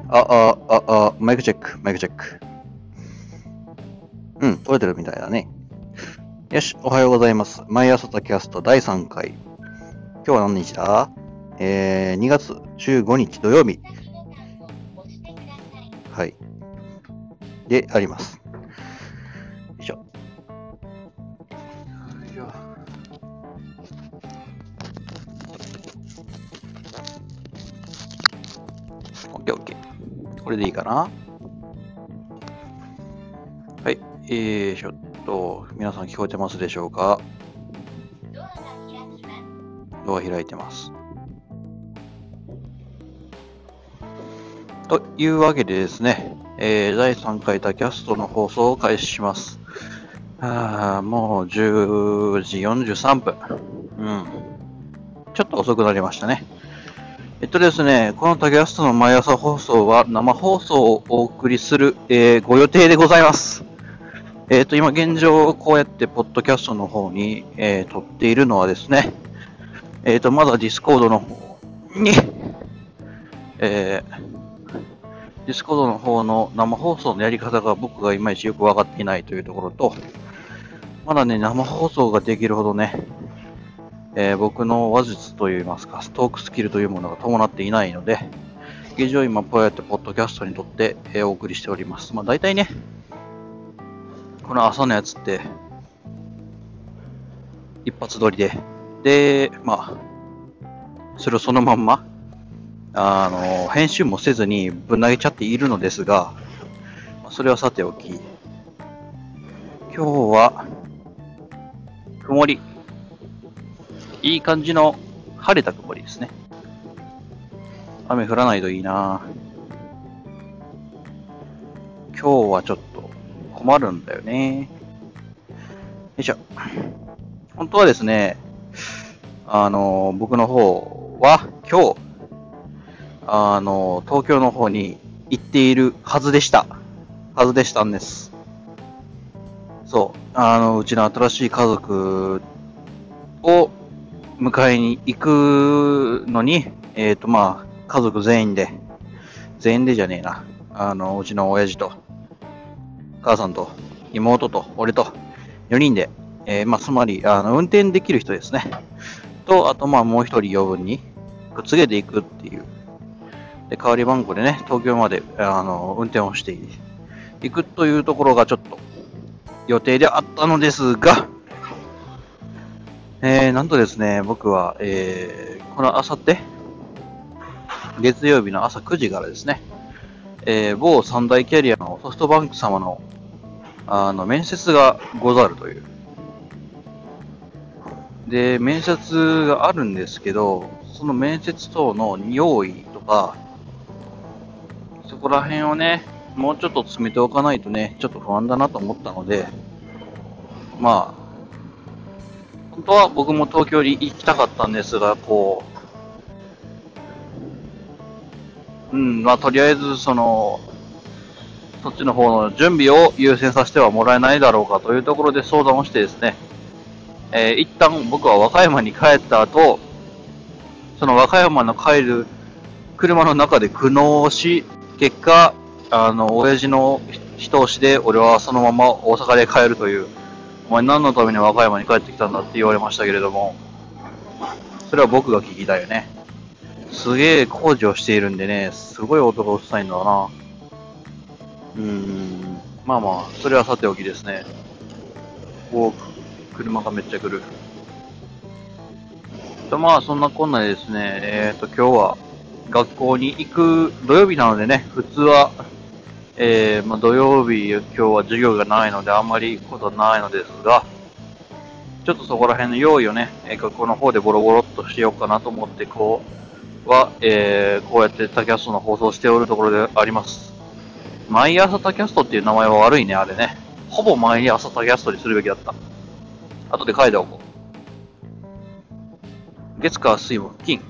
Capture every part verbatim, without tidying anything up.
あ、あ、あ、あ、マイクチェック、マイクチェック。うん、取れてるみたいだね。よし、おはようございます。毎朝タキャストだいさんかい。今日は何日だえー、にがつじゅうごにち土曜日。はい。で、あります。よいしょ。オッケーオッケー。これでいいかな。はい。えー、ちょっと、皆さん聞こえてますでしょうか。ドア開いてます。というわけでですね、えー、だいさんかいタキャストの放送を開始します。あー、もうじゅうじよんじゅうさんぷん。うん。ちょっと遅くなりましたね。えっとですね、このタキャストの毎朝放送は生放送をお送りする、えー、ご予定でございます。えっと、今現状こうやってポッドキャストの方に、えー、撮っているのはですね、えっと、まだディスコードの方に、えー、ディスコードの方の生放送のやり方が僕がいまいちよくわかっていないというところと、まだね、生放送ができるほどね、えー、僕の話術といいますか、トークスキルというものが伴っていないので、現状今こうやってポッドキャストにとって、えー、お送りしております。まあ大体ね、この朝のやつって、一発撮りで、で、まあ、それをそのまんま、あの、編集もせずにぶん投げちゃっているのですが、それはさておき、今日は、曇り。いい感じの晴れた曇りですね。雨降らないといいな。今日はちょっと困るんだよね。よいしょ。本当はですね、あの、僕の方は今日、あの、東京の方に行っているはずでした。はずでしたんです。そう。あの、うちの新しい家族を迎えに行くのに、えっと、まあ、家族全員で、全員でじゃねえな。あの、うちの親父と、母さんと、妹と、俺と、よにんで、えー、まあ、つまり、あの、運転できる人ですね。と、あと、まあ、もう一人余分に、くっつけていくっていう。で、代わり番号でね、東京まで、あの、運転をしていくというところがちょっと、予定であったのですが、えー、なんとですね、僕は、えー、このあさって、月曜日の朝くじからですね、えー、某三大キャリアのソフトバンク様の、あの、面接がござるという。で、面接があるんですけど、その面接等の用意とか、そこら辺をね、もうちょっと詰めておかないとね、ちょっと不安だなと思ったので、まあ、本当は僕も東京に行きたかったんですが、こう、うん、まあとりあえずその、そっちの方の準備を優先させてはもらえないだろうかというところで相談をしてですね、えー、一旦僕は和歌山に帰った後、その和歌山の帰る車の中で苦悩し、結果、あの、親父の一押しで俺はそのまま大阪で帰るという、お前何のために和歌山に帰ってきたんだって言われましたけれども、それは僕が聞きたいよね。すげえ工事をしているんでね、すごい音がうるさいんだな。うーん、まあまあ、それはさておきですね。こう、車がめっちゃ来る。とまあ、そんなこんなでですね、えっと、今日は学校に行く土曜日なのでね、普通は、えー、まあ土曜日、今日は授業がないのであんまり行くことはないのですが、ちょっとそこら辺の用意をね、学校の方でボロボロっとしようかなと思って、こうは、えー、こうやってタキャストの放送をしておるところであります。毎朝タキャストっていう名前は悪いね、あれね。ほぼ毎朝タキャストにするべきだった。後で書いておこう。月火水木金。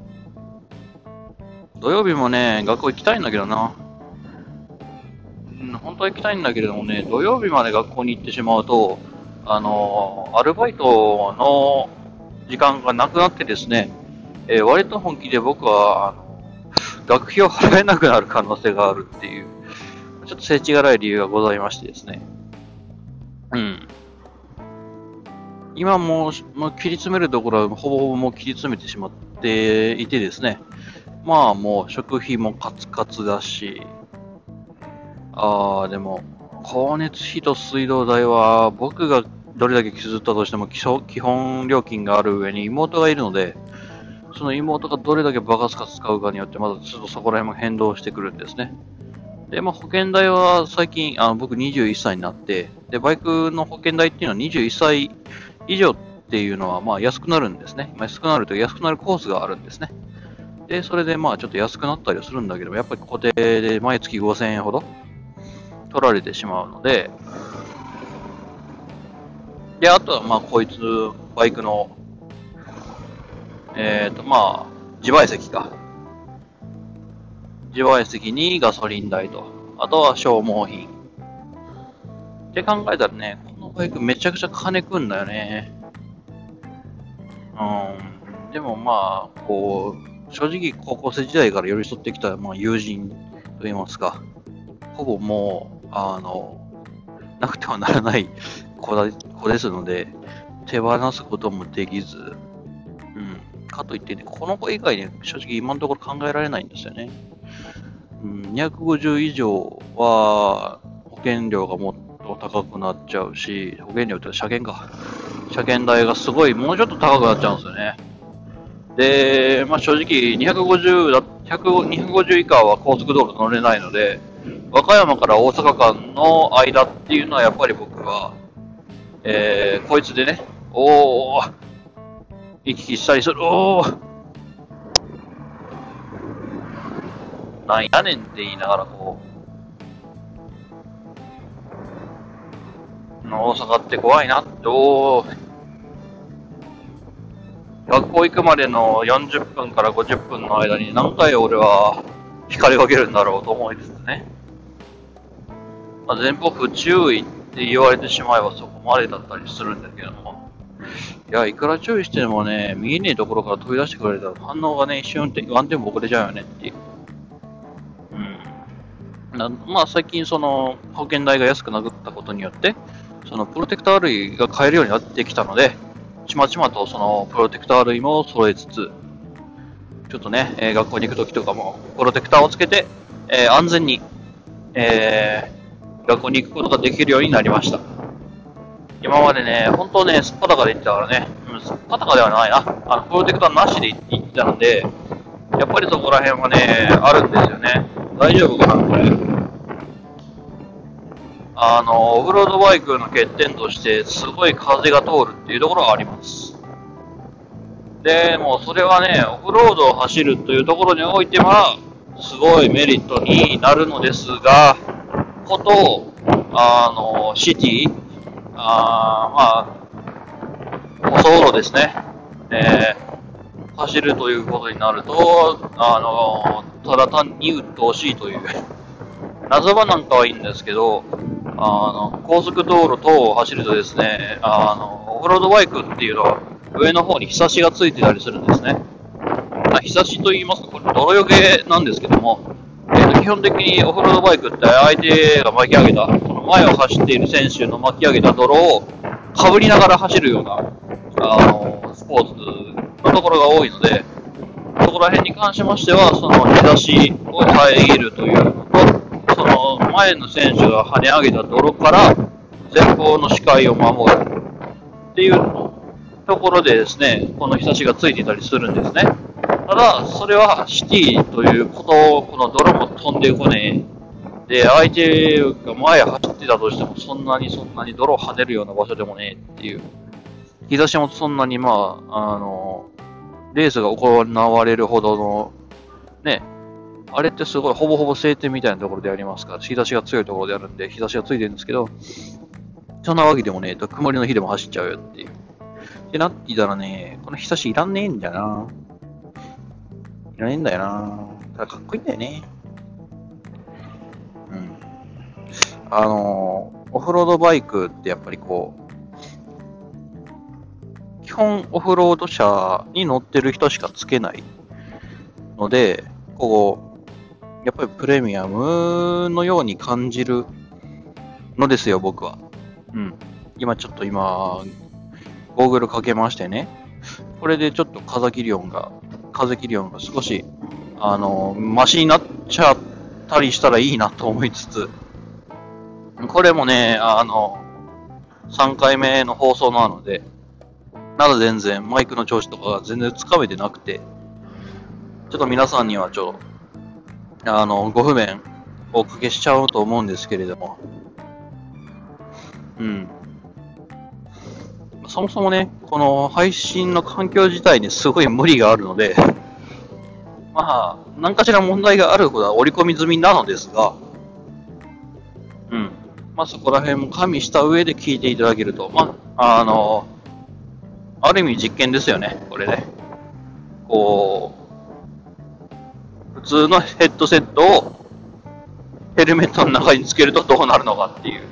土曜日もね、学校行きたいんだけどな。うん、本当は行きたいんだけれどもね、土曜日まで学校に行ってしまうと、あのー、アルバイトの時間がなくなってですね、えー、割と本気で僕は、あの学費を払えなくなる可能性があるっていう、ちょっと世知辛い理由がございましてですね。うん。今もう、もう切り詰めるところはほぼほぼもう切り詰めてしまっていてですね。まあもう食費もカツカツだし、ああ、でも、光熱費と水道代は僕がどれだけ削ったとしても基礎基本料金がある上に妹がいるので、その妹がどれだけバカスカ使うかによってまだちょっとそこら辺も変動してくるんですね。で、まあ保険代は最近、あの僕にじゅういっさいになって、で、バイクの保険代っていうのはにじゅういっさい以上っていうのはまあ安くなるんですね。まあ、安くなると安くなるコースがあるんですね。で、それでまあちょっと安くなったりはするんだけど、やっぱり固定で毎月ごせんえんほど取られてしまうので、で、あとはまあこいつ、バイクの、えっ、ー、とまあ、自賠責か。自賠責にガソリン代と、あとは消耗品。って考えたらね、このバイクめちゃくちゃ金食うんだよね。うん。でもまあ、こう、正直高校生時代から寄り添ってきた、まあ、友人といいますか、ほぼもう、あの、なくてはならない子だ子ですので、手放すこともできず、うん。かといってね、この子以外に正直今のところ考えられないんですよね。うん、にひゃくごじゅう以上は保険料がもっと高くなっちゃうし、保険料って車検か。車検代がすごい、もうちょっと高くなっちゃうんですよね。で、まあ正直にひゃくごじゅうだ、にひゃくごじゅう以下は高速道路乗れないので、和歌山から大阪間の間っていうのはやっぱり僕は、えー、こいつでね、おー、行き来したりする、おー、なんやねんって言いながらこう、大阪って怖いなって、おー、学校行くまでのよんじゅっぷんからごじゅっぷんの間に何回俺は光りかけるんだろうと思いつつね。まあ、前方不注意って言われてしまえばそこまでだったりするんだけども。いや、いくら注意してもね、見えねえところから飛び出してくれたら反応がね、一瞬ワンテンポ遅れちゃうよねっていう。うん。なまあ最近その保険代が安くなったことによって、そのプロテクター類が買えるようになってきたので、ちまちまとそのプロテクター類も揃えつつ、ちょっとね、えー、学校に行くときとかもプロテクターをつけて、えー、安全に、えー、学校に行くことができるようになりました。今までね、本当ね、すっぱだかで行ってたからね、うん、すっぱだかではないな。あの、プロテクターなしで行ってたので、やっぱりそこら辺はね、あるんですよね。大丈夫かな、これ。あの、オフロードバイクの欠点として、すごい風が通るっていうところがあります。で、もうそれはね、オフロードを走るというところにおいては、すごいメリットになるのですが、こと、あの、シティ、あまあ、舗装路ですね、えー、走るということになると、あの、ただ単に鬱陶しいという。謎場なんかはいいんですけど、あの、高速道路等を走るとですね、あの、オフロードバイクっていうのは、上の方に日差しがついてたりするんですね。まあ、日差しと言いますと、これ泥よけなんですけども、えー、と基本的にオフロードバイクって相手が巻き上げた、その前を走っている選手の巻き上げた泥をかぶりながら走るような、あの、スポーツのところが多いので、そこら辺に関しましては、その日差しを遮るというのと、その前の選手が跳ね上げた泥から前方の視界を守るっていうところでですね、この日差しがついていたりするんですね。ただ、それはシティということを、この泥も飛んでこねえ。で、相手が前走ってたとしても、そんなにそんなに泥を跳ねるような場所でもねえっていう。日差しもそんなにまあ、あの、レースが行われるほどの、ね、あれってすごいほぼほぼ晴天みたいなところでやりますから、日差しが強いところでやるんで、日差しがついてるんですけど、そんなわけでもねえと、曇りの日でも走っちゃうよっていう。ってなっていたらね、この日差しいらんねえんだよな。いらねえんだよな。ただかっこいいんだよね。うん。あの、オフロードバイクってやっぱりこう、基本オフロード車に乗ってる人しかつけないので、こやっぱりプレミアムのように感じるのですよ、僕は。うん。今ちょっと今、ゴーグルかけましてね。これでちょっと風切り音が、風切り音が少し、あの、マシになっちゃったりしたらいいなと思いつつ、これもね、あの、さんかいめの放送なので、まだ全然マイクの調子とかが全然つかめてなくて、ちょっと皆さんにはちょっと、あの、ご不便おかけしちゃうと思うんですけれども、うん。そもそもね、この配信の環境自体にすごい無理があるので、まあ、何かしら問題があることは織り込み済みなのですが、うん。まあそこら辺も加味した上で聞いていただけると、まあ、あの、ある意味実験ですよね、これね。こう、普通のヘッドセットをヘルメットの中につけるとどうなるのかっていう。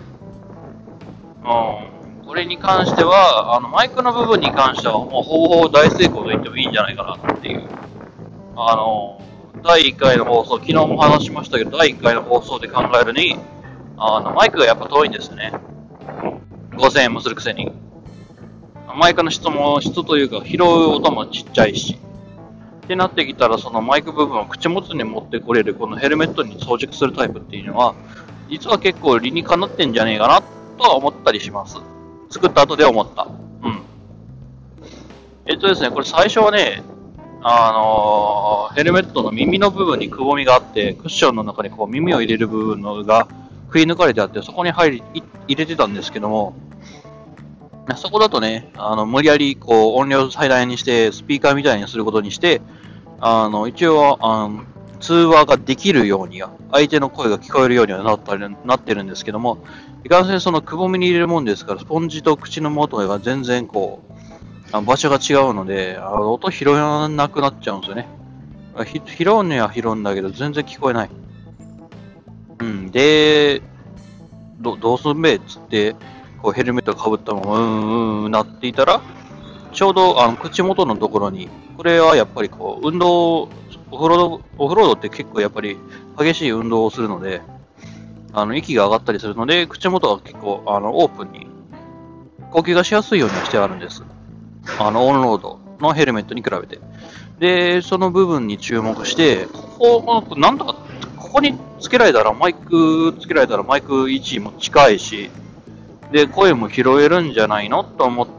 うん。これに関しては、あの、マイクの部分に関しては、もうほぼほぼ大成功と言ってもいいんじゃないかなっていう。あの、だいいっかいの放送、昨日も話しましたけど、だいいっかいの放送で考えるに、あの、マイクがやっぱ遠いんですね。ごせんえんもするくせに。マイクの質も、質というか、拾う音もちっちゃいし。ってなってきたら、そのマイク部分を口元に持ってこれる、このヘルメットに装着するタイプっていうのは、実は結構理にかなってんじゃねえかな、とは思ったりします。作った後で思った。うん。えっとですね、これ最初はね、あのー、ヘルメットの耳の部分にくぼみがあって、クッションの中にこう耳を入れる部分のがくり抜かれてあって、そこに入り入れてたんですけども、そこだとね、あの無理やりこう音量最大にしてスピーカーみたいにすることにして、あの一応あの通話ができるようには、相手の声が聞こえるようにはなったりなってるんですけども、いかんせんそのくぼみに入れるもんですから、スポンジと口の元が全然こう、場所が違うので、あの音拾わなくなっちゃうんですよね。拾うには拾うんだけど、全然聞こえない。うん、で、どどうすんべっつって、こうヘルメットかぶったまま、うーん、うーんなっていたら、ちょうどあの口元のところに、これはやっぱりこう、運動、オフロード、オフロードって結構やっぱり激しい運動をするので、あの息が上がったりするので、口元が結構あのオープンに、呼吸がしやすいようにしてあるんです。あのオンロードのヘルメットに比べて。で、その部分に注目して、ここ、なんとか、ここにつけられたら、マイクつけられたらマイク位置も近いし、で、声も拾えるんじゃないのと思って、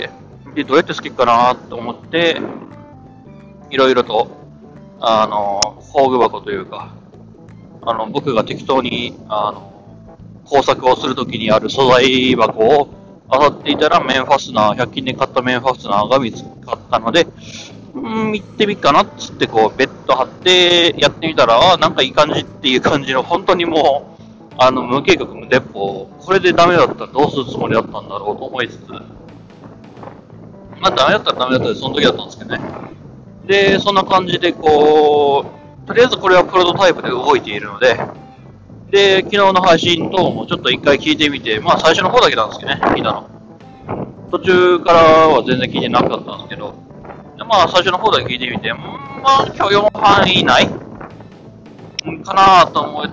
で、どうやってつけるかなと思って、いろいろと、あの、工具箱というか、あの、僕が適当に、あの、工作をするときにある素材箱を漁っていたら、面ファスナー、ひゃく均で買った面ファスナーが見つかったので、うーん、行ってみっかなっつって、こう、ベッド張ってやってみたら、ああ、なんかいい感じっていう感じの、本当にもう、あの、無計画無鉄砲、これでダメだったらどうするつもりだったんだろうと思いつつ、まあ、ダメだったらダメだったで、その時だったんですけどね。で、そんな感じで、こう、とりあえずこれはプロトタイプで動いているので、で、昨日の配信等もちょっと一回聞いてみて、まあ最初の方だけなんですけどね、聞いたの。途中からは全然聞いてなかったんですけど、でまあ最初の方だけ聞いてみて、まあ許容範囲内かなと思って、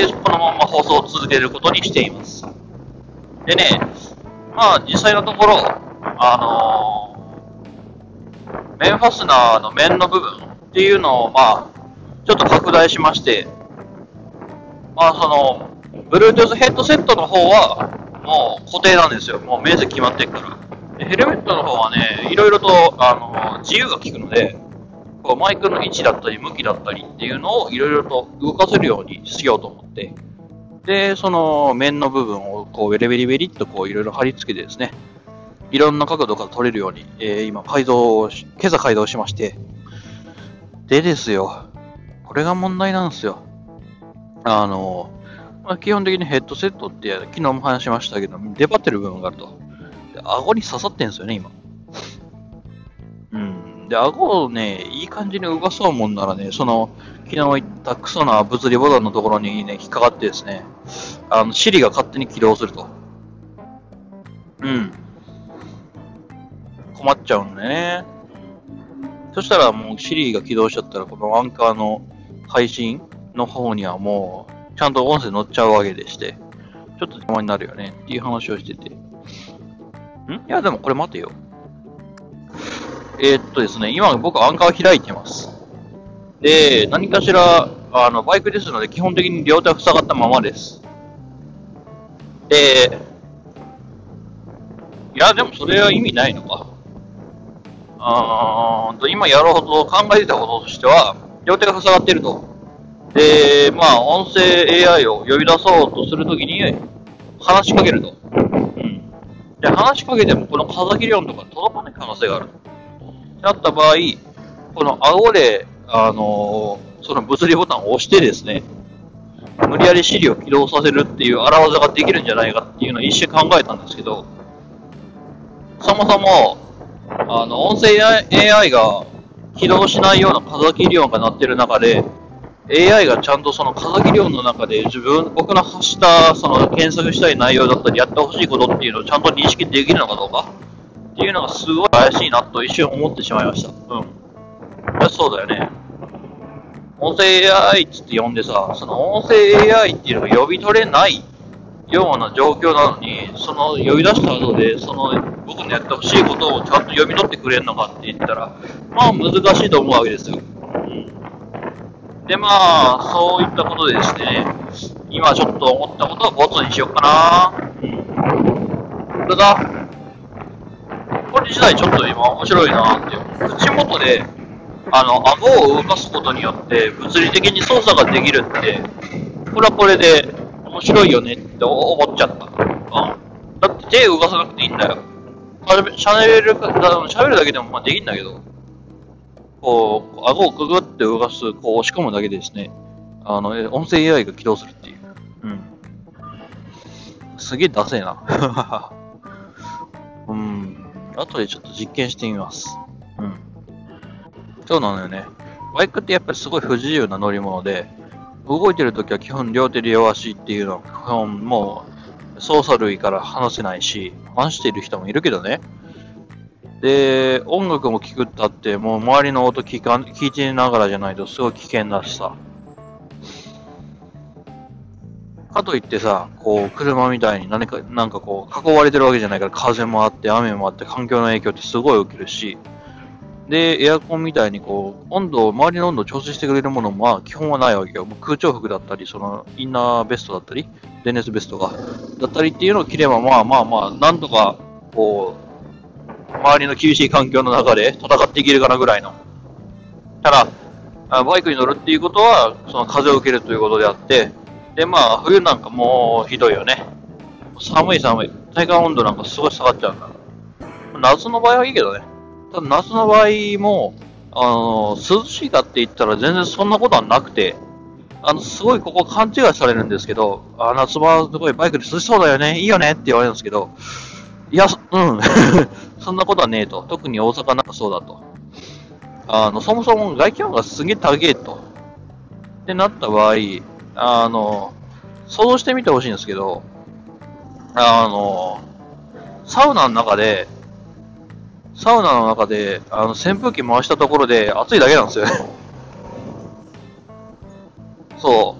このまま放送を続けることにしています。でね、まあ実際のところ、あのー、面ファスナーの面の部分っていうのを、まあ、ちょっと拡大しまして、まあその、Bluetooth ヘッドセットの方は、もう固定なんですよ。もう面積決まってるから。でヘルメットの方はね、いろいろと、あの、自由が利くので、こうマイクの位置だったり、向きだったりっていうのをいろいろと動かせるようにしようと思って、で、その面の部分をこうベリベリベリっとこういろいろ貼り付けてですね、いろんな角度から撮れるように、えー、今改造し、今朝改造しまして、でですよ、これが問題なんですよ。あの、まあ、基本的にヘッドセットって昨日も話しましたけど、出張ってる部分があると。で顎に刺さってんですよね、今。うん。で、顎をね、いい感じに動かそうもんならね、その、昨日言ったクソな物理ボタンのところにね、引っかかってですね、あの、シリが勝手に起動すると。うん。困っちゃうんでね。そしたらもうシリが起動しちゃったら、このアンカーの配信の方にはもう、ちゃんと音声乗っちゃうわけでして、ちょっと邪魔になるよねっていう話をしてて。んいや、でもこれ待てよ。えー、っとですね、今僕アンカー開いてます。で、何かしら、あの、バイクですので基本的に両手は塞がったままです。で、いや、でもそれは意味ないのか。あーと、今やろうと考えてたこととしては、両手が塞がっていると。で、まあ、音声 エーアイ を呼び出そうとするときに、話しかけると。うん。で、話しかけても、この風切り音とか届かない可能性がある。なった場合、この顎で、あのー、その物理ボタンを押してですね、無理やり Siri を起動させるっていう荒技ができるんじゃないかっていうのを一瞬考えたんですけど、そもそも、あの、音声 エーアイ が起動しないような風切り音が鳴ってる中で、エーアイ がちゃんとその風切り音の中で自分、僕の発したその検索したい内容だったりやってほしいことっていうのをちゃんと認識できるのかどうかっていうのがすごい怪しいなと一瞬思ってしまいました。うん。いや、そうだよね。音声 エーアイ っつって呼んでさ、その音声 エーアイ っていうのが呼び取れないような状況なのに、その呼び出した後で、その僕のやってほしいことをちゃんと読み取ってくれるのかって言ったら、まあ難しいと思うわけですよ。うん、で、まあ、そういったことでですね、今ちょっと思ったことはボツにしようかな。うん。これだ。これ自体ちょっと今面白いなって。口元で、あの、顎を動かすことによって物理的に操作ができるって、これはこれで面白いよねって思っちゃった。うん。だって手動かさなくていいんだよ。しゃべる、しゃべるだけでもまあできるんだけど、こう、顎をくぐって動かす、こう押し込むだけでですね、あの、音声 エーアイ が起動するっていう。うん。すげえダセえな。うん。後でちょっと実験してみます。うん。そうなのよね。バイクってやっぱりすごい不自由な乗り物で、動いてるときは基本両手で両足っていうのは基本もう操作類から離せないし、話している人もいるけどね。で、音楽も聴くったって、もう周りの音聞か聞いてながらじゃないとすごい危険だしさ。かといってさ、こう、車みたいに何か、なんかこう、囲われてるわけじゃないから、風もあって、雨もあって、環境の影響ってすごい受けるし、で、エアコンみたいにこう、温度、周りの温度を調整してくれるものも、まあ、基本はないわけよ。もう空調服だったり、その、インナーベストだったり、電熱ベストが、だったりっていうのを着れば、まあまあまあ、なんとか、こう、周りの厳しい環境の中で戦っていけるかなぐらいの。ただ、バイクに乗るっていうことは、その風を受けるということであって、で、まあ、冬なんかもうひどいよね。寒い寒い。体感温度なんかすごい下がっちゃうんだ。夏の場合はいいけどね。ただ夏の場合も、あの、涼しいかって言ったら全然そんなことはなくて、あの、すごいここ勘違いされるんですけど、あ、夏場すごいバイクで涼しそうだよね、いいよねって言われるんですけど、いや、うん。そんなことはねえと。特に大阪なんかそうだと。あの、そもそも外気温がすげえ高えと。ってなった場合、あの、想像してみてほしいんですけど、あの、サウナの中で、サウナの中で、あの、扇風機回したところで暑いだけなんですよね。そう。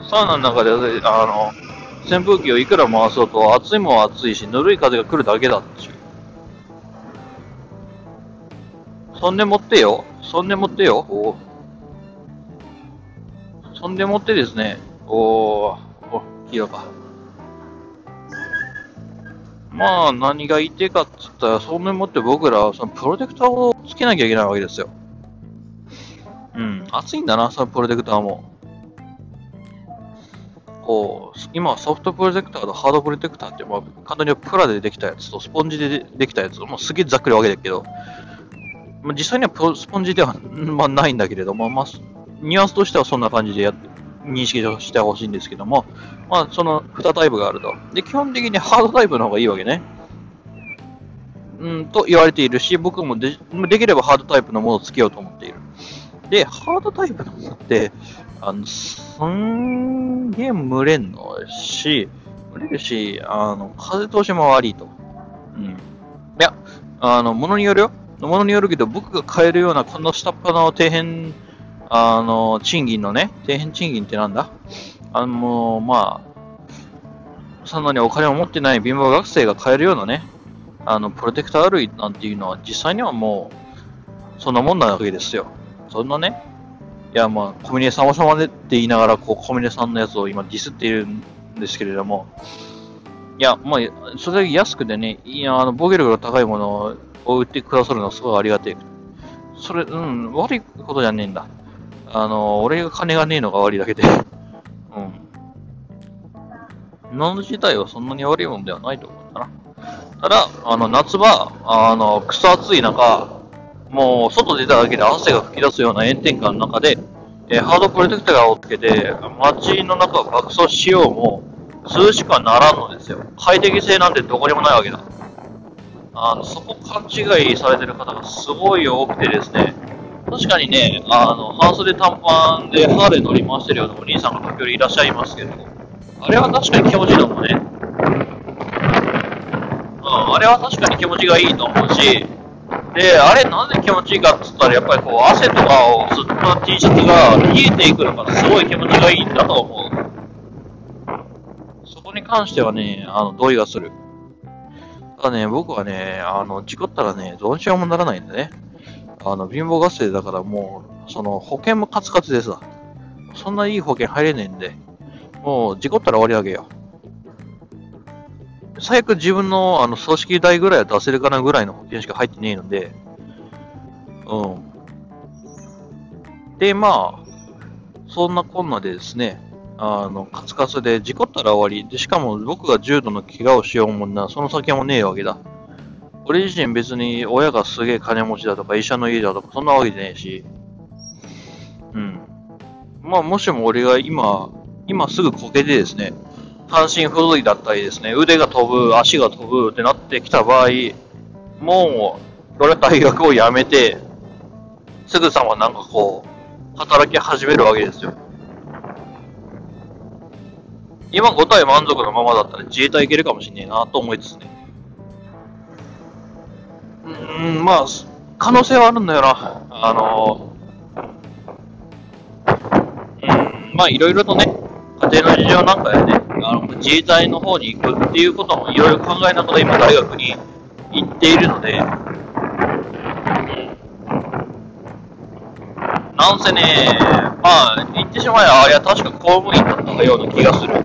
サウナの中で、あの、扇風機をいくら回そうと暑いもん暑いし、ぬるい風が来るだけだっていう。そんでもってよ。そんでもってよ。おそんでもってですね。おー、お、黄色か。まあ、何が言いてえかって言ったら、そんでもって僕らはそのプロテクターをつけなきゃいけないわけですよ。うん、暑いんだな、そのプロテクターも。こう、今はソフトプロテクターとハードプロテクターって、まあ、簡単にプラでできたやつとスポンジでできたやつ、もうすげえざっくりわけだけど、まあ、実際にはスポンジでは、まあ、ないんだけれども、まあ、ニュアンスとしてはそんな感じでや認識してほしいんですけども、まあ、そのにタイプがあると。で、基本的にハードタイプの方がいいわけね。うんと言われているし、僕もでできればハードタイプのものをつけようと思っている。で、ハードタイプのものって、あの、すんげえ蒸れんのし、蒸れるし、あの、風通しも悪いと。うん。いや、あの、ものによるよ。ものによるけど、僕が買えるようなこの下っ端の底辺、 あの、賃金のね、底辺賃金ってなんだあの、まあ、そんなにお金を持ってない貧乏学生が買えるようなね、あの、プロテクター類なんていうのは実際にはもう、そんなもんなわけですよ。そんなね、いやまあ、小峰様様でって言いながら、こう、小峰さんのやつを今ディスっているんですけれども、いや、まあ、それだけ安くでね、いや、あの、防御力が高いものを売ってくださるのはすごいありがてえ。それ、うん、悪いことじゃねえんだ。あの、俺が金がねえのが悪いだけで。うん。今の自体はそんなに悪いもんではないと思うんだな。ただ、あの、夏場、あの、くそ暑い中、もう、外出ただけで汗が吹き出すような炎天下の中で、えーハードプロテクターをつけて、街の中を爆走しようも、涼しくはならんのですよ。快適性なんてどこにもないわけだ。あの、そこ勘違いされてる方がすごい多くてですね、確かにね、あの、半袖短パンでハーレー乗り回してるようなお兄さんが時折いらっしゃいますけど、あれは確かに気持ちいいと思うね。うん、あれは確かに気持ちがいいと思うし、で、あれなぜ気持ちいいかって言ったら、やっぱりこう、汗とかを吸った T シャツが冷えていくのがすごい気持ちがいいんだと思う。そこに関してはね、あの、同意がする。ただね、僕はね、あの、事故ったらね、どうしようもならないんでね。あの、貧乏学生だからもう、その、保険もカツカツですわ。そんないい保険入れねえんで、もう、事故ったら終わりわけよ。最悪自分の、あの、葬式代ぐらいは出せるかなぐらいの保険しか入ってねえので、うん。で、まあ、そんなこんなでですね、あの、カツカツで事故ったら終わり。で、しかも僕が重度の怪我をしようもんな、その先もねえわけだ。俺自身別に親がすげえ金持ちだとか医者の家だとかそんなわけじゃねえし。うん。まあもしも俺が今、今すぐこけてですね、半身不随だったりですね、腕が飛ぶ、足が飛ぶってなってきた場合、もう、俺は大学を辞めて、すぐさまなんかこう、働き始めるわけですよ。今ご体満足のままだったら自衛隊いけるかもしんねえなと思いつつね。うーん、まあ、可能性はあるんだよな。あのー、うん、まあいろいろとね、家庭の事情なんかでね、あの自衛隊の方に行くっていうこともいろいろ考えながら今大学に行っているので、うん、なんせね、まあ言ってしまえばあれは確か公務員だったような気がする。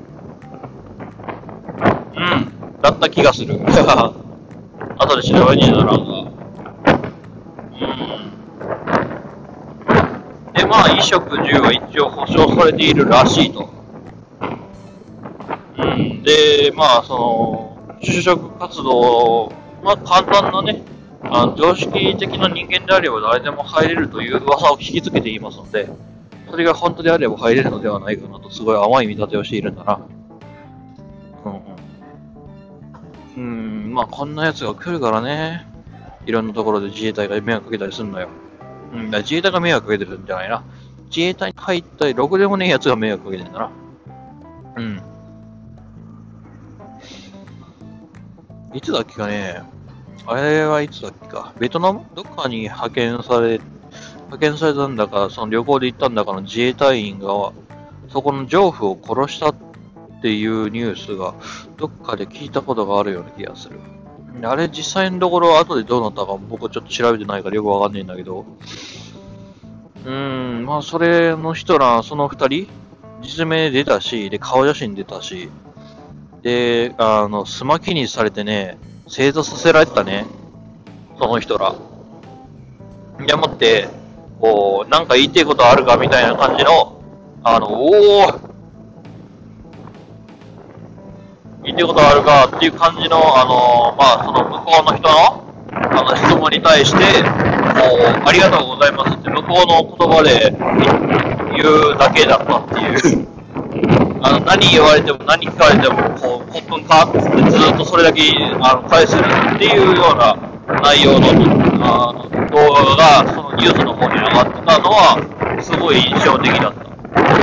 うん、だった気がする。後で調べにならんが。うん。で、まあ、衣食住は一応保障されているらしいと。うん。で、まあ、その、就職活動、まあ、簡単なね、あの常識的な人間であれば誰でも入れるという噂を聞きつけていますので、それが本当であれば入れるのではないかなと、すごい甘い見立てをしているんだな。うんうん。うーん、まあこんな奴が来るからね。いろんなところで自衛隊が迷惑かけたりするのよ。うん、だから自衛隊が迷惑かけてるんじゃないな。自衛隊に入ったり、ろくでもねえ奴が迷惑かけてるんだな。うん。いつだっけかね。あれはいつだっけか。ベトナムどっかに派遣され、派遣されたんだか、その旅行で行ったんだかの自衛隊員が、そこの上夫を殺したっていうニュースがどっかで聞いたことがあるような気がする。あれ実際のところ後でどうなったか僕はちょっと調べてないからよくわかんないんだけど。うーん、まあそれの人ら、その二人、実名出たし、で顔写真出たし、で、あの、スマキにされてね、正座させられてたね。その人ら。でもって、こう、なんか言いたいことあるかみたいな感じの、あの、おー言いたいことあるかっていう感じの、あの、まあ、その向こうの人の、あの、質問に対して、こう、ありがとうございますって向こうの言葉で言うだけだったっていう。あの、何言われても何聞かれても、こう、コップンカーってずっとそれだけ、あの、返せるっていうような内容の、あの、動画が、そのニュースの方に上がってたのは、すごい印象的だった。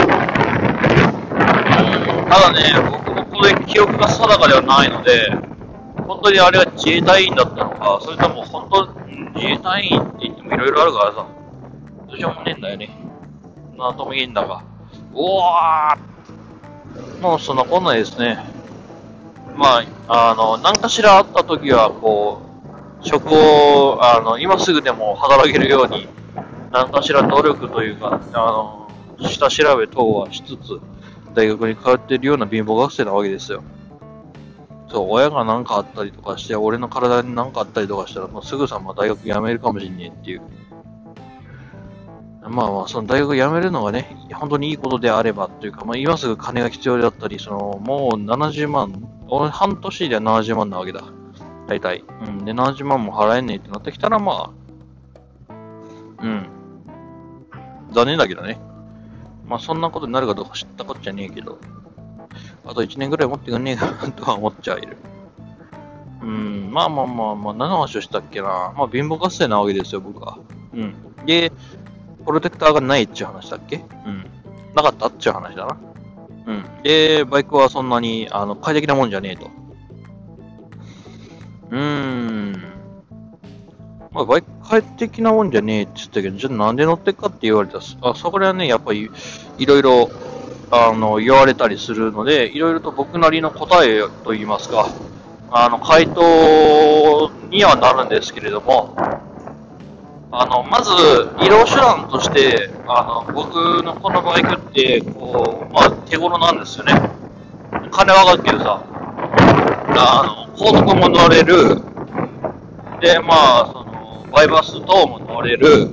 ただね、僕もこれ記憶が定かではないので、本当にあれは自衛隊員だったのか、それとも本当、自衛隊員って言ってもいろいろあるからさ、どうしようもねえんだよね。 なんともいいんだが。おわーもうそんなこんなですね。まあ、あの、何かしらあった時は、こう、職を、あの、今すぐでも働けるように、何かしら努力というか、あの、下調べ等はしつつ、大学に通っているような貧乏学生なわけですよ。そう、親が何かあったりとかして、俺の体に何かあったりとかしたら、もうすぐさま大学辞めるかもしんねえっていう。まあまあ、その大学辞めるのがね、本当にいいことであればというか、まあ今すぐ金が必要だったり、その、もうななじゅうまん、俺半年でななじゅうまんなわけだ。大体。うん。で、ななじゅうまんも払えねえってなってきたら、まあ、うん。残念だけどね。まあそんなことになるかどうか知ったこっちゃねえけど、あといちねんぐらい持ってくんねえかなとは思っちゃいる。うん、まあまあまあまあ、何の話をしたっけな。まあ貧乏合戦なわけですよ、僕は。うん。で、プロテクターがないっちゅう話だっけ？うん。なかったっちゅう話だな。うん。で、バイクはそんなに、あの、快適なもんじゃねえと。うーん。まあ、バイク快適なもんじゃねえって言ったけど、じゃあなんで乗ってっかって言われたら、あ、そこらはね、やっぱり、いろいろ、あの、言われたりするので、いろいろと僕なりの答えと言いますか、あの、回答にはなるんですけれども、あの、まず、移動手段として、あの、僕のこのバイクって、こう、まあ、手頃なんですよね。金はかるけどさ、あの、高速も乗れる、で、まあ、その、バイパス等も乗れる、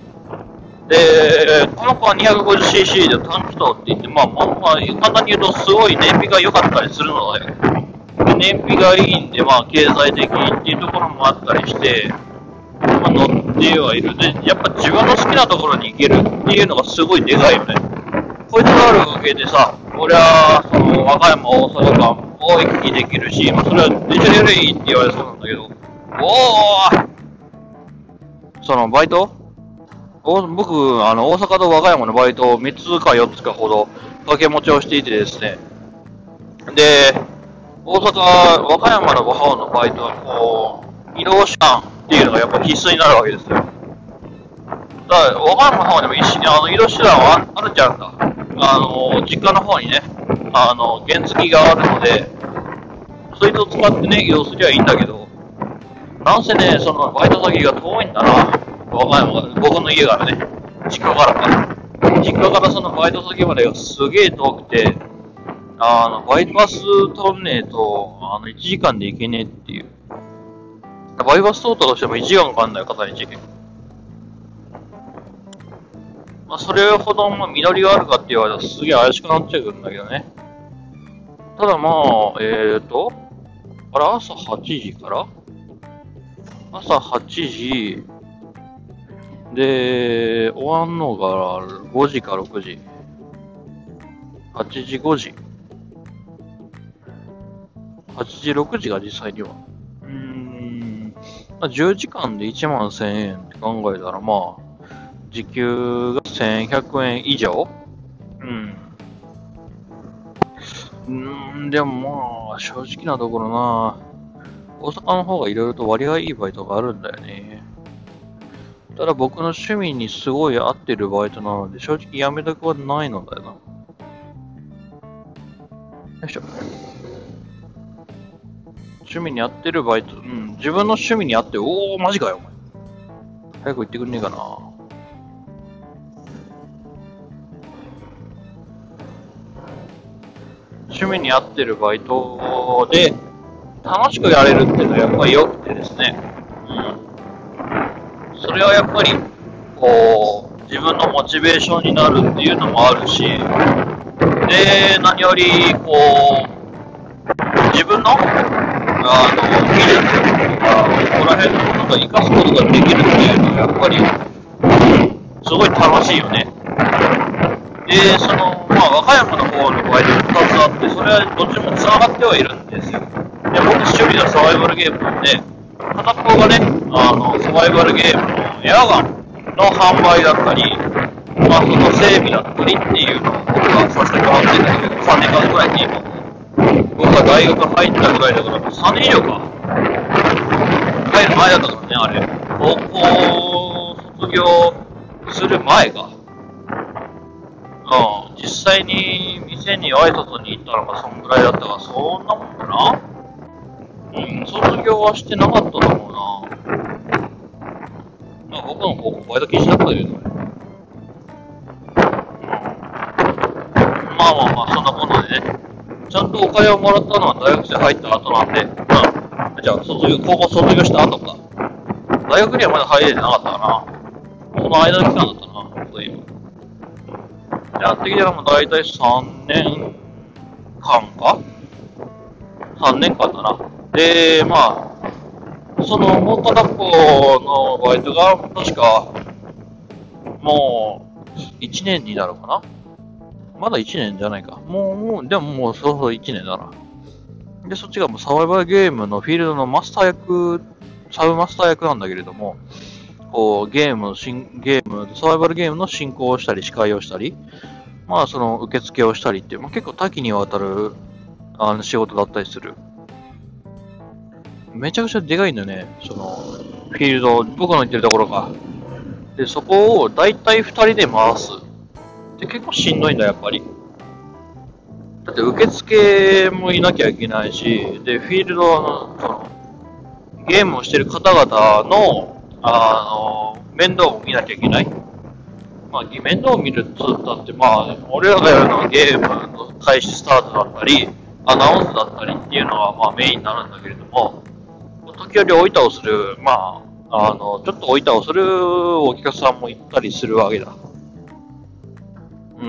で、この子は にひゃくごじゅうシーシー で短気筒って言って、まあ、まあ、まあ、簡単に言うと、すごい燃費が良かったりするので、燃費がいいんで、まあ、経済的っていうところもあったりして、まあ、乗ってはいる。で、やっぱ自分の好きなところに行けるっていうのがすごいでかいよね。こいつがあるおかげでさ、俺は、その、和歌山、大阪間を行き来できるし、まあ、それは電車よりいいって言われそうなんだけど、おーその、バイト僕、あの、大阪と和歌山のバイトをみっつかよっつかほど掛け持ちをしていてですね。で、大阪、和歌山の方のバイトは、こう、移動手段っていうのがやっぱ必須になるわけですよ。だから、和歌山の方にも一緒にあの移動手段はあるじゃんだ。あの、実家の方にね、あの、原付があるので、そいつを使ってね、移動すりゃいいんだけど、なんせね、そのバイト先が遠いんだな。和歌山が、僕の家からね、実家からか。実家からそのバイト先までがすげえ遠くて、あの、バイパス取んねえと、あの、いちじかんで行けねえっていう。バイパス通ったとしてもいちじかんかかんないよ、片道。まあ、それほど、まあ、実りがあるかって言われたらすげえ怪しくなっちゃうんだけどね。ただまあ、えーと、あれ、朝はちじから朝はちじ、で、終わんのがごじかろくじ。はちじごじ。はちじろくじが実際には。うーん、まあ、じゅうじかんでいちまんせんえんって考えたら、まあ、時給がせんひゃくえん以上。うん。うーん、でもまあ、正直なところな、大阪の方がいろいろと割がいいバイトがあるんだよね。ただ僕の趣味にすごい合ってるバイトなので、正直辞めたくはないのだよな。よいしょ。趣味に合ってるバイト、うん、自分の趣味に合って、おー、マジかよ、お前。早く言ってくんねえかな。趣味に合ってるバイトで、楽しくやれるっていうのはやっぱり良くてですね。うん。それはやっぱり、こう、自分のモチベーションになるっていうのもあるし、で、何より、こう、自分の、あの、技術とか、ここら辺のものが活かすことができるっていうのはやっぱり、すごい楽しいよね。で、その、まあ、和歌山の方のバイトふたつあって、それはどっちも繋がってはいるんですよ。で、僕趣味はサバイバルゲームなんで、片方がね、あの、サバイバルゲームのエアガンの販売だったり、まあ、その整備だったりっていうのを僕はさせてもらってたんだけど、さんねんかんくらいに今、僕は大学入ったぐらいだから、さんねん以上か。入る前だったからね、あれ。高校卒業する前か。 実際に店に挨拶に行ったのがそんぐらいだったから、そんなもんかな。うん、卒業はしてなかったと思うな。まあ、僕の高校バイト禁止だったけどね。まあまあまあ、そんなものでね。ちゃんとお金をもらったのは大学生入った後なんで、うん。じゃあ、卒業、高校卒業した後か。大学にはまだ入れてなかったかな。その間の期間だったな、そういえば。やってきたのも大体さんねんかんか ?さん 年間だな。で、まあ、そのもう片っぽのバイトが確か、もういちねんになるかな。まだいちねんじゃないか。もう、もう、でももうそろそろいちねんだな。で、そっちがもうサバイバルゲームのフィールドのマスター役、サブマスター役なんだけれども、こう、ゲームの新、ゲーム、サバイバルゲームの進行をしたり、司会をしたり、まあ、その受付をしたりっていう、まあ、結構多岐にわたる、あの、仕事だったりする。めちゃくちゃでかいんだよね、その、フィールド、僕の言ってるところが。で、そこをだいたいふたりで回す。で、結構しんどいんだ、やっぱり。だって受付もいなきゃいけないし、で、フィールドの、その、ゲームをしてる方々の、あの、面倒を見なきゃいけない。まあ、面倒を見るっつったって、まあ、俺らがやるのはゲームの開始スタートだったり、アナウンスだったりっていうのは、まあ、メインになるんだけれども、時折置いたをする、まあ、あの、ちょっと置いたをするお客さんもいたりするわけだ。うん。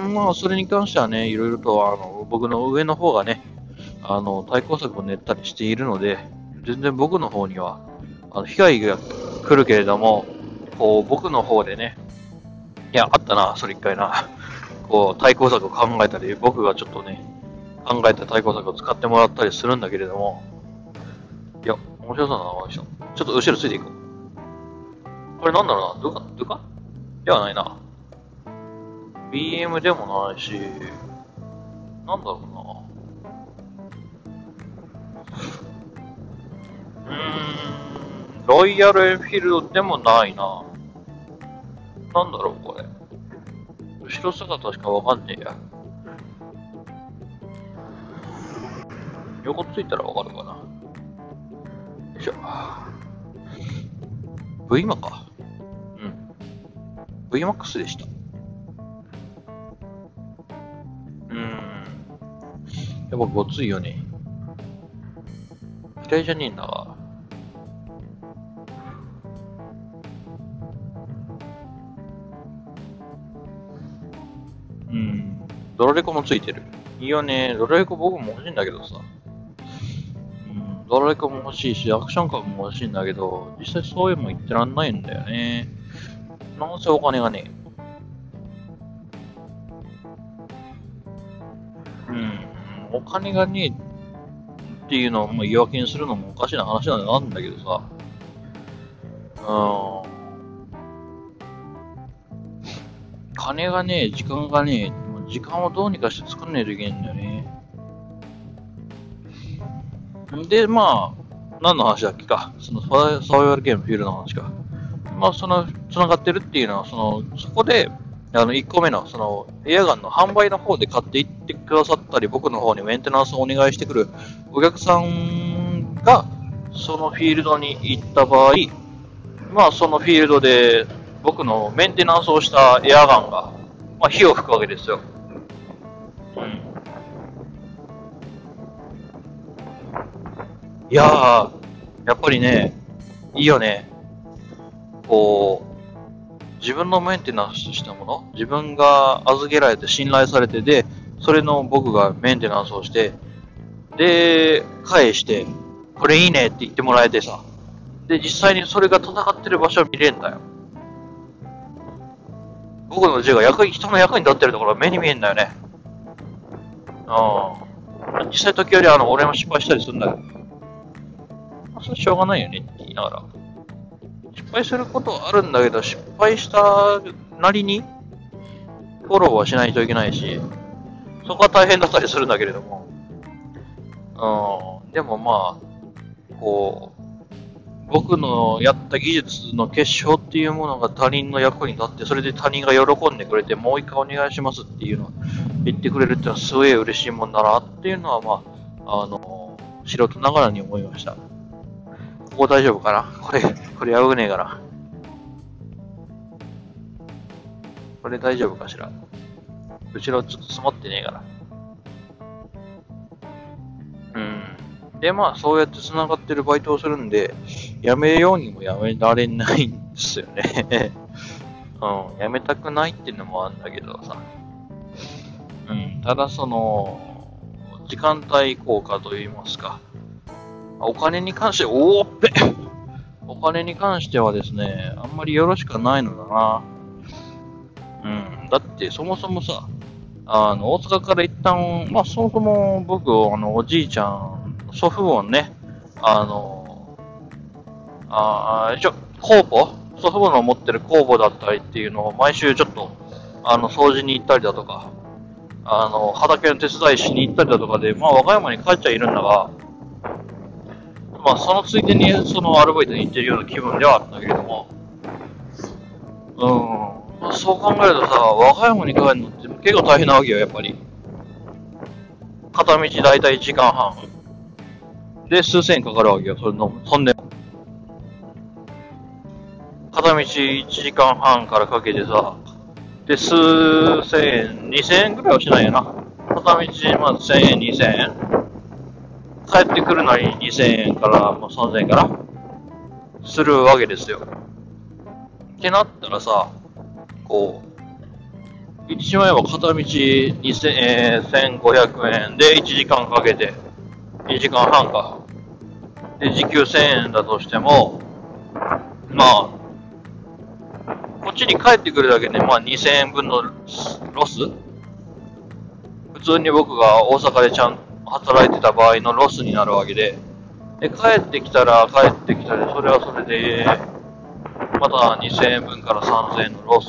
まあ、それに関してはね、いろいろと、あの、僕の上の方がね、あの、対抗策を練ったりしているので、全然僕の方には、あの、被害が来るけれども、こう、僕の方でね、いや、あったな、それ一回な。こう、対抗策を考えたり、僕がちょっとね、考えた対抗策を使ってもらったりするんだけれども、いや、面白そうだな、この人。ちょっと後ろついていこう。これなんだろうな、どうか、どうかではないな。ビーエム でもないし、なんだろうな。うーん、ロイヤルエンフィールドでもないな。なんだろう、これ。後ろ姿しかわかんねえや。横ついたらわかるかな。よいしょ。V マか。うん。ブイマックス でした。うーん。やっぱごついよね。嫌いじゃねえんだわ。うん。ドラレコもついてる。いいよね。ドラレコ僕も欲しいんだけどさ。うん。ドラレコも欲しいし、アクションカーも欲しいんだけど、実際そういうのも言ってらんないんだよね。なんせお金がね。うん。お金がねっていうのを言い訳にするのもおかしな話なんだけどさ。うん。金がね、時間がね、時間をどうにかして作んないといけないんだよね。で、まあ、何の話だっけか。そのサバイバルゲームフィールドの話か。まあ、その、繋がってるっていうのは、その、そこで、あの、いっこめの、その、エアガンの販売の方で買っていってくださったり、僕の方にメンテナンスをお願いしてくるお客さんが、そのフィールドに行った場合、まあ、そのフィールドで、僕のメンテナンスをしたエアガンが、まあ、火を吹くわけですよ。うん。いやー、やっぱりね、いいよね。こう、自分のメンテナンスしたもの、自分が預けられて信頼されて、で、それの僕がメンテナンスをして、で、返して、これいいねって言ってもらえてさ、で、実際にそれが戦ってる場所を見れるんだよ。僕の字が役に、人の役に立ってるところが目に見えるんだよね。うん。実際時折あの、俺も失敗したりするんだけど、まあ、それしょうがないよねって言いながら。失敗することはあるんだけど、失敗したなりに、フォローはしないといけないし、そこは大変だったりするんだけれども、うん。でもまあ、こう、 僕のやった技術の結晶っていうものが他人の役に立って、それで他人が喜んでくれて、もう一回お願いしますっていうのを言ってくれるっていうのはすごい嬉しいもんだなっていうのは、まあ、あの、素人ながらに思いました。ここ大丈夫かな？これ、これ危ねえから。これ大丈夫かしら？後ろちょっと詰まってねえから。うん。で、まあ、そうやって繋がってるバイトをするんで、辞めようにも辞められないんですよね。うん。辞めたくないっていうのもあるんだけどさ。うん。ただ、その、時間帯効果といいますか。お金に関して、おーっぺお金に関してはですね、あんまりよろしくないのだな。うん。だって、そもそもさ、あの、大阪から一旦、まあ、そもそも僕、あの、おじいちゃん、祖父母ね、あの、あー一応、工房祖父母の持ってる工房だったりっていうのを毎週ちょっと、あの、掃除に行ったりだとか、あの、畑の手伝いしに行ったりだとかで、まあ、和歌山に帰っちゃいるんだが、まあ、そのついでに、そのアルバイトに行ってるような気分ではあるんだけれども、うん、そう考えるとさ、和歌山に帰るのって結構大変なわけよ、やっぱり。片道だいたいいちじかんはん。で、数千円かかるわけよ、それの、そんで。片道いちじかんはんからかけてさ、で、数千円、にせんえんぐらいはしないよな。片道、まずせんえん、にせんえん。帰ってくるなりにせんえんから、もうさんぜんえんからするわけですよ。ってなったらさ、こう、言ってしまえば片道にせん、えー、せんごひゃくえんでいちじかんかけて、いちじかんはんか。で、時給せんえんだとしても、まあ、こっちに帰ってくるだけで、まあにせんえんぶんのロス普通に僕が大阪でちゃんと働いてた場合のロスになるわけで、で、帰ってきたら帰ってきたで、それはそれで、またにせんえんぶんからさんぜんえんのロス。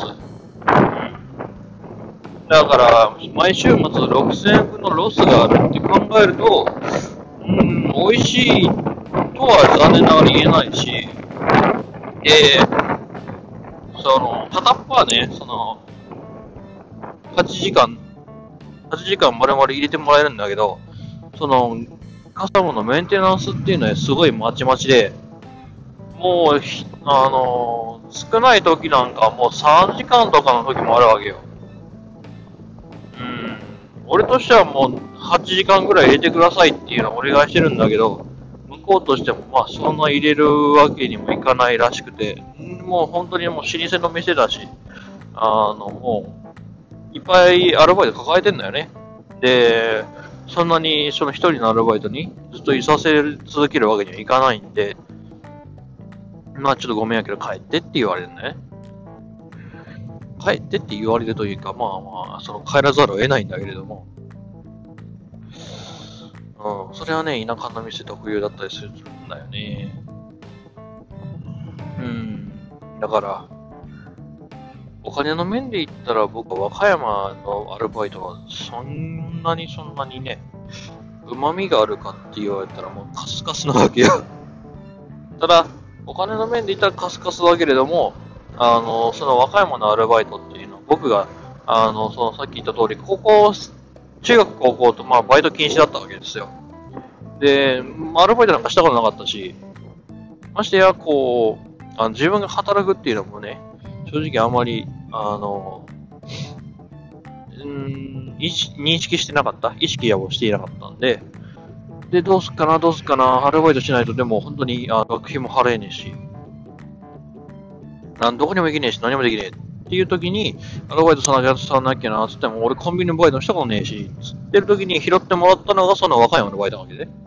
だから、毎週末ろくせんえんぶんのロスがあるって考えると、うん、美味しいとは残念ながら言えないし、で、その、片っぽはね、その、はちじかん、はちじかん丸々入れてもらえるんだけど、その、カスタムのメンテナンスっていうのはすごいまちまちで、もう、あの、少ない時なんかもうさんじかんとかの時もあるわけよ。うん。俺としてはもうはちじかんぐらい入れてくださいっていうのをお願いしてるんだけど、向こうとしてもまあそんな入れるわけにもいかないらしくて、もう本当にもう老舗の店だし、あの、もう、いっぱいアルバイト抱えてんだよね。で、そんなにその一人のアルバイトにずっといさせ続けるわけにはいかないんで、まあちょっとご迷惑だけど帰ってって言われるんだね。帰ってって言われるというか、まあまあ、その帰らざるを得ないんだけれども、うん、それはね、田舎の店特有だったりするんだよね。うん、だから、お金の面で言ったら僕は和歌山のアルバイトはそんなにそんなにね、旨味があるかって言われたらもうカスカスなわけよ。ただ、お金の面で言ったらカスカスだけれども、あの、その和歌山のアルバイトっていうのは僕が、あの、そのさっき言った通り、高校、中学高校とまあバイト禁止だったわけですよ。で、アルバイトなんかしたことなかったし、ましてや、こう、あの自分が働くっていうのもね、正直あまり、あの、うーん、意識認識してなかった。意識をしていなかったんで、で、どうすっかな、どうすっかな、アルバイトしないとでも本当にあ学費も払えねえし、なんどこにも行けねえし、何もできねえっていう時に、アルバイトさなきゃ、さなきゃな、つっても、俺コンビニのバイトしたことねえし、つってる時に拾ってもらったのがその和歌山のバイトなわけで。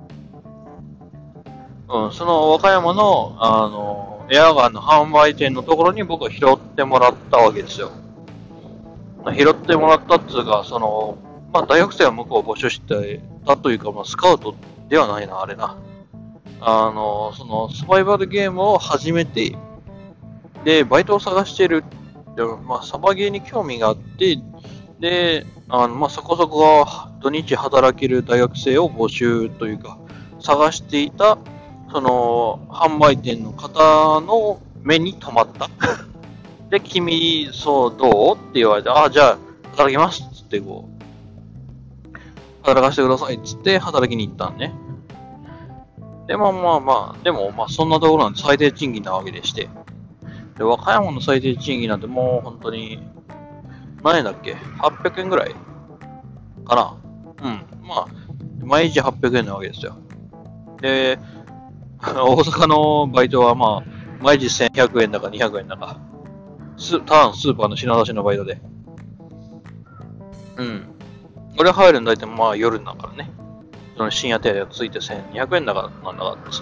うん、その和歌山の、あの、エアガンの販売店のところに僕は拾ってもらったわけですよ。拾ってもらったっていうか、その、まあ大学生は向こうを募集してたというか、まあスカウトではないな、あれな。あの、その、サバイバルゲームを始めて、で、バイトを探してる。でも、まあ、サバゲーに興味があって、で、あの、まあ、そこそこ土日働ける大学生を募集というか、探していたその、販売店の方の目に留まった。で、君、そう、どうって言われて、あ、じゃあ、働きますっつってこう、働かせてくださいっつって働きに行ったんね。で、まあまあまあ、でもまあそんなところなんで最低賃金なわけでして。で、和歌山の最低賃金なんてもう本当に、何円だっけ ?はっぴゃく 円ぐらいかな。うん。まあ、毎日はっぴゃくえんなわけですよ。で、大阪のバイトはまあ、毎日せんひゃくえんだかにひゃくえんだか。スただのスーパーの品出しのバイトで。うん。俺入るんだいたいまあ夜だからね。その深夜手当がついてせんにひゃくえんだかなんだかです。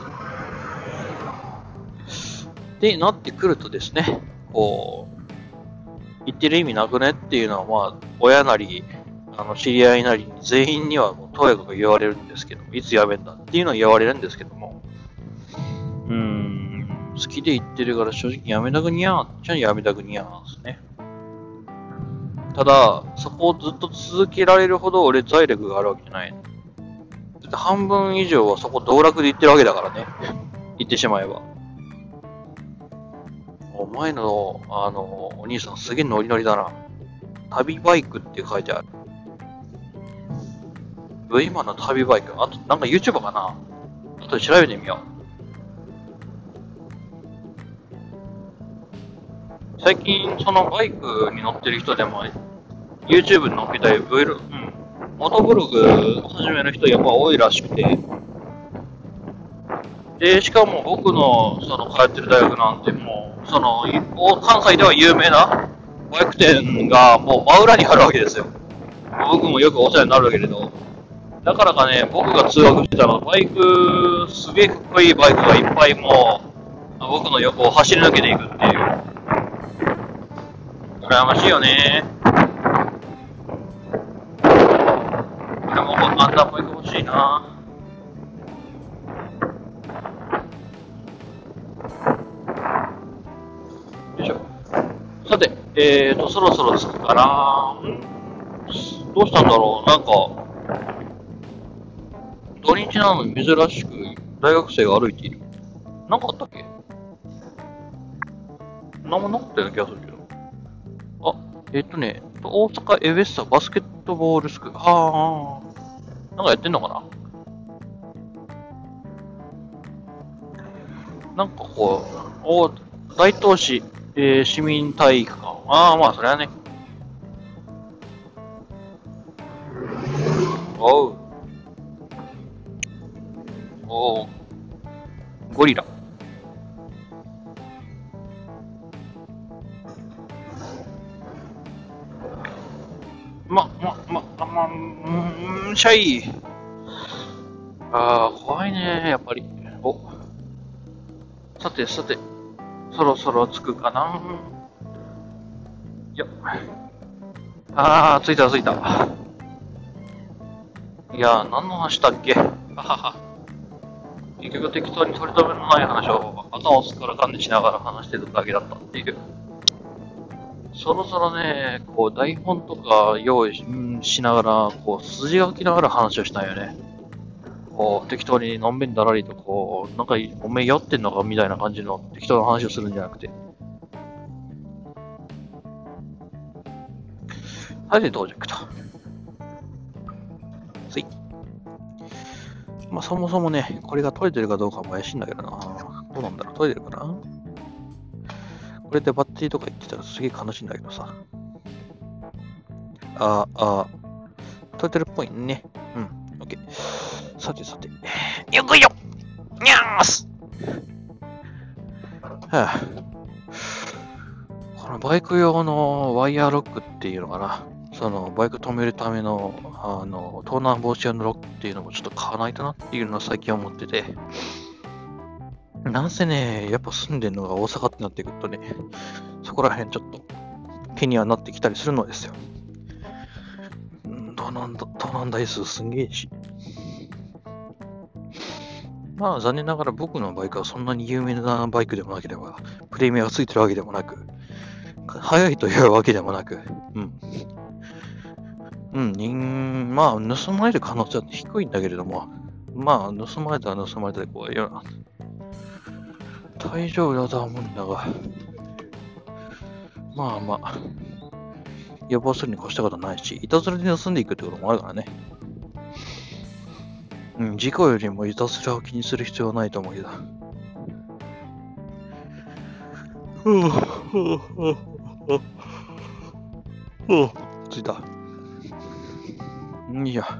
で、なってくるとですね、こう、言ってる意味なくねっていうのは、まあ、親なり、あの、知り合いなりに全員にはもうとやかく言われるんですけども、いつ辞めんだっていうのは言われるんですけども、うーん、好きで言ってるから正直辞めたくにゃーっちゃ辞めたくにゃーですね。ただ、そこをずっと続けられるほど俺財力があるわけじゃない。だって半分以上はそこ道楽で言ってるわけだからね。言ってしまえば。お前の、あの、お兄さんすげえノリノリだな。旅バイクって書いてある。今の旅バイク。あと、なんか YouTuber かなあとで調べてみよう。最近、そのバイクに乗ってる人でも、YouTube に乗っけたり、ブログ、うん。モトブログ始める人やっぱ多いらしくて。で、しかも僕の、その、通ってる大学なんてもう、その、関西では有名なバイク店がもう真裏にあるわけですよ。僕もよくお世話になるけれど。だからかね、僕が通学してたのバイク、すげえかっこいいバイクがいっぱいもう、僕の横を走り抜けていくっていう。羨ましいよね。俺もあんなバイク欲しいな。よいしょ。さて、えーと、そろそろ着くかな。どうしたんだろうなんか、土日なのに珍しく大学生が歩いている。なんかあったっけなんもなかったような気がするけど。あ、えっとね、大阪エウェッサバスケットボールスクール。はあ、なんかやってんのかななんかこう、お大東市、えー市民体育館。ああ、まあそれはね。おう。おう。ゴリラ。ま、ま、ま、ま、うーん、シャイ。ああ、怖いね、やっぱり。お、さてさて、そろそろ着くかな。よっ。ああ、着いた着いた。いやー、何の話したっけははは。結局適当に取り留めのない話を頭をすっからかんでしながら話してるだけだったっていう。そろそろね、こう台本とか用意しんしながら、こう筋書きながら話をしたいよね。こう適当にのんべんだらりとこう、なんかおめえ酔ってんのかみたいな感じの適当な話をするんじゃなくて。はい、で到着と。つい。まあそもそもね、これが取れてるかどうかも怪しいんだけどな。どうなんだろう、取れてるかなこれでバッテリーとか言ってたらすげえ悲しいんだけどさ。ああ、取れてるっぽいね。うん、オッケー。さてさて。よくよにゃーすはあ、このバイク用のワイヤーロックっていうのかな。そのバイク止めるための、あの、盗難防止用のロックっていうのもちょっと買わないとなっていうのを最近思ってて。なんせね、やっぱ住んでるのが大阪ってなってくるとね、そこら辺ちょっと気にはなってきたりするのですよ。盗難だ、盗難台数すんげえし。まあ残念ながら僕のバイクはそんなに有名なバイクでもなければ、プレミアがついてるわけでもなく、速いというわけでもなく、うん。うん、人、まあ盗まれる可能性は低いんだけれども、まあ盗まれたら盗まれたでこう、 大丈夫だとは思うんだが、まあまあ、予防するに越したことないし、いたずらで盗んでいくってこともあるからね。うん、事故よりもいたずらを気にする必要はないと思うけど。ふぅ、ふぅ、ふぅ、ふぅ、着いた。いや。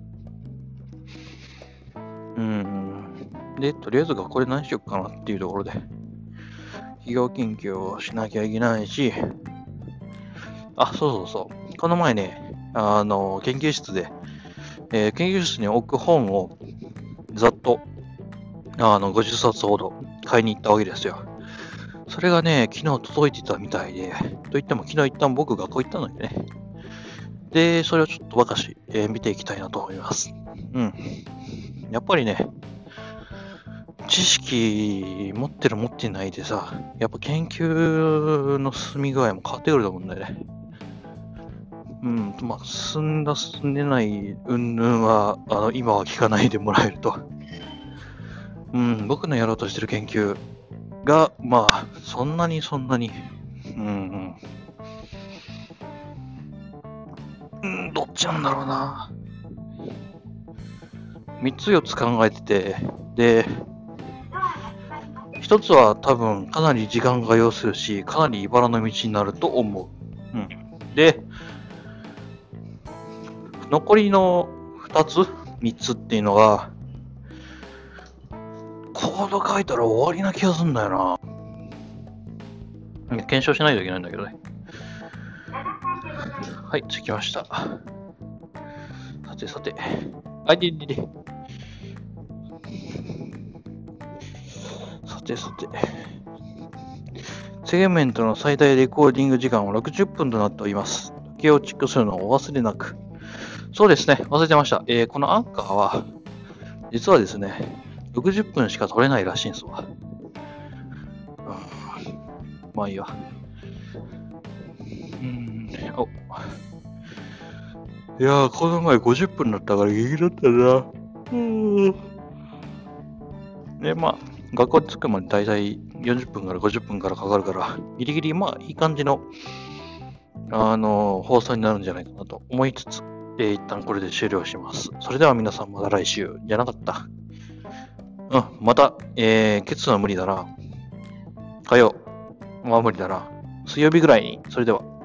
うん。で、とりあえず学校で何しよっかなっていうところで、企業研究をしなきゃいけないし、あ、そうそうそう。この前ね、あの、研究室で、えー研究室に置く本をざっと、あの、ごじゅっさつほど買いに行ったわけですよ。それがね、昨日届いてたみたいで、といっても昨日一旦僕学校行ったのでね。で、それをちょっとばかし、えー見ていきたいなと思います。うん。やっぱりね、知識持ってる持ってないでさ、やっぱ研究の進み具合も変わってくると思うんだよね。うん、まあ、進んだ進んでない云々は、あの、今は聞かないでもらえると。うん、僕のやろうとしてる研究が、まあ、そんなにそんなに、うん、うん、うん、どっちなんだろうな。みっつよっつ考えてて、で、ひとつは多分かなり時間が要するし、かなり茨の道になると思う。うん。で、残りのふたつ ?みっ つっていうのが、コード書いたら終わりな気がするんだよな。検証しないといけないんだけどね。はい、着きました。さてさて。あいででで。さてさて。セグメントの最大レコーディング時間はろくじゅっぷんとなっております。時計をチェックするのをお忘れなく。そうですね、忘れてました。えー、このアンカーは、実はですね、ろくじゅっぷんしか取れないらしいんですわ。うん、まあいいわ。うん、お。いやー、この前ごじゅっぷんだったからギリギリだったな。うん。で、まあ、学校に着くまでだいたいよんじゅっぷんからごじゅっぷんからかかるから、ギリギリ、まあ、いい感じの、あのー、放送になるんじゃないかなと思いつつ、えー、一旦これで終了します。それでは皆さんまた来週じゃなかった。うん、また、えー、月は無理だな。火曜は無理だな。水曜日ぐらいに、それでは。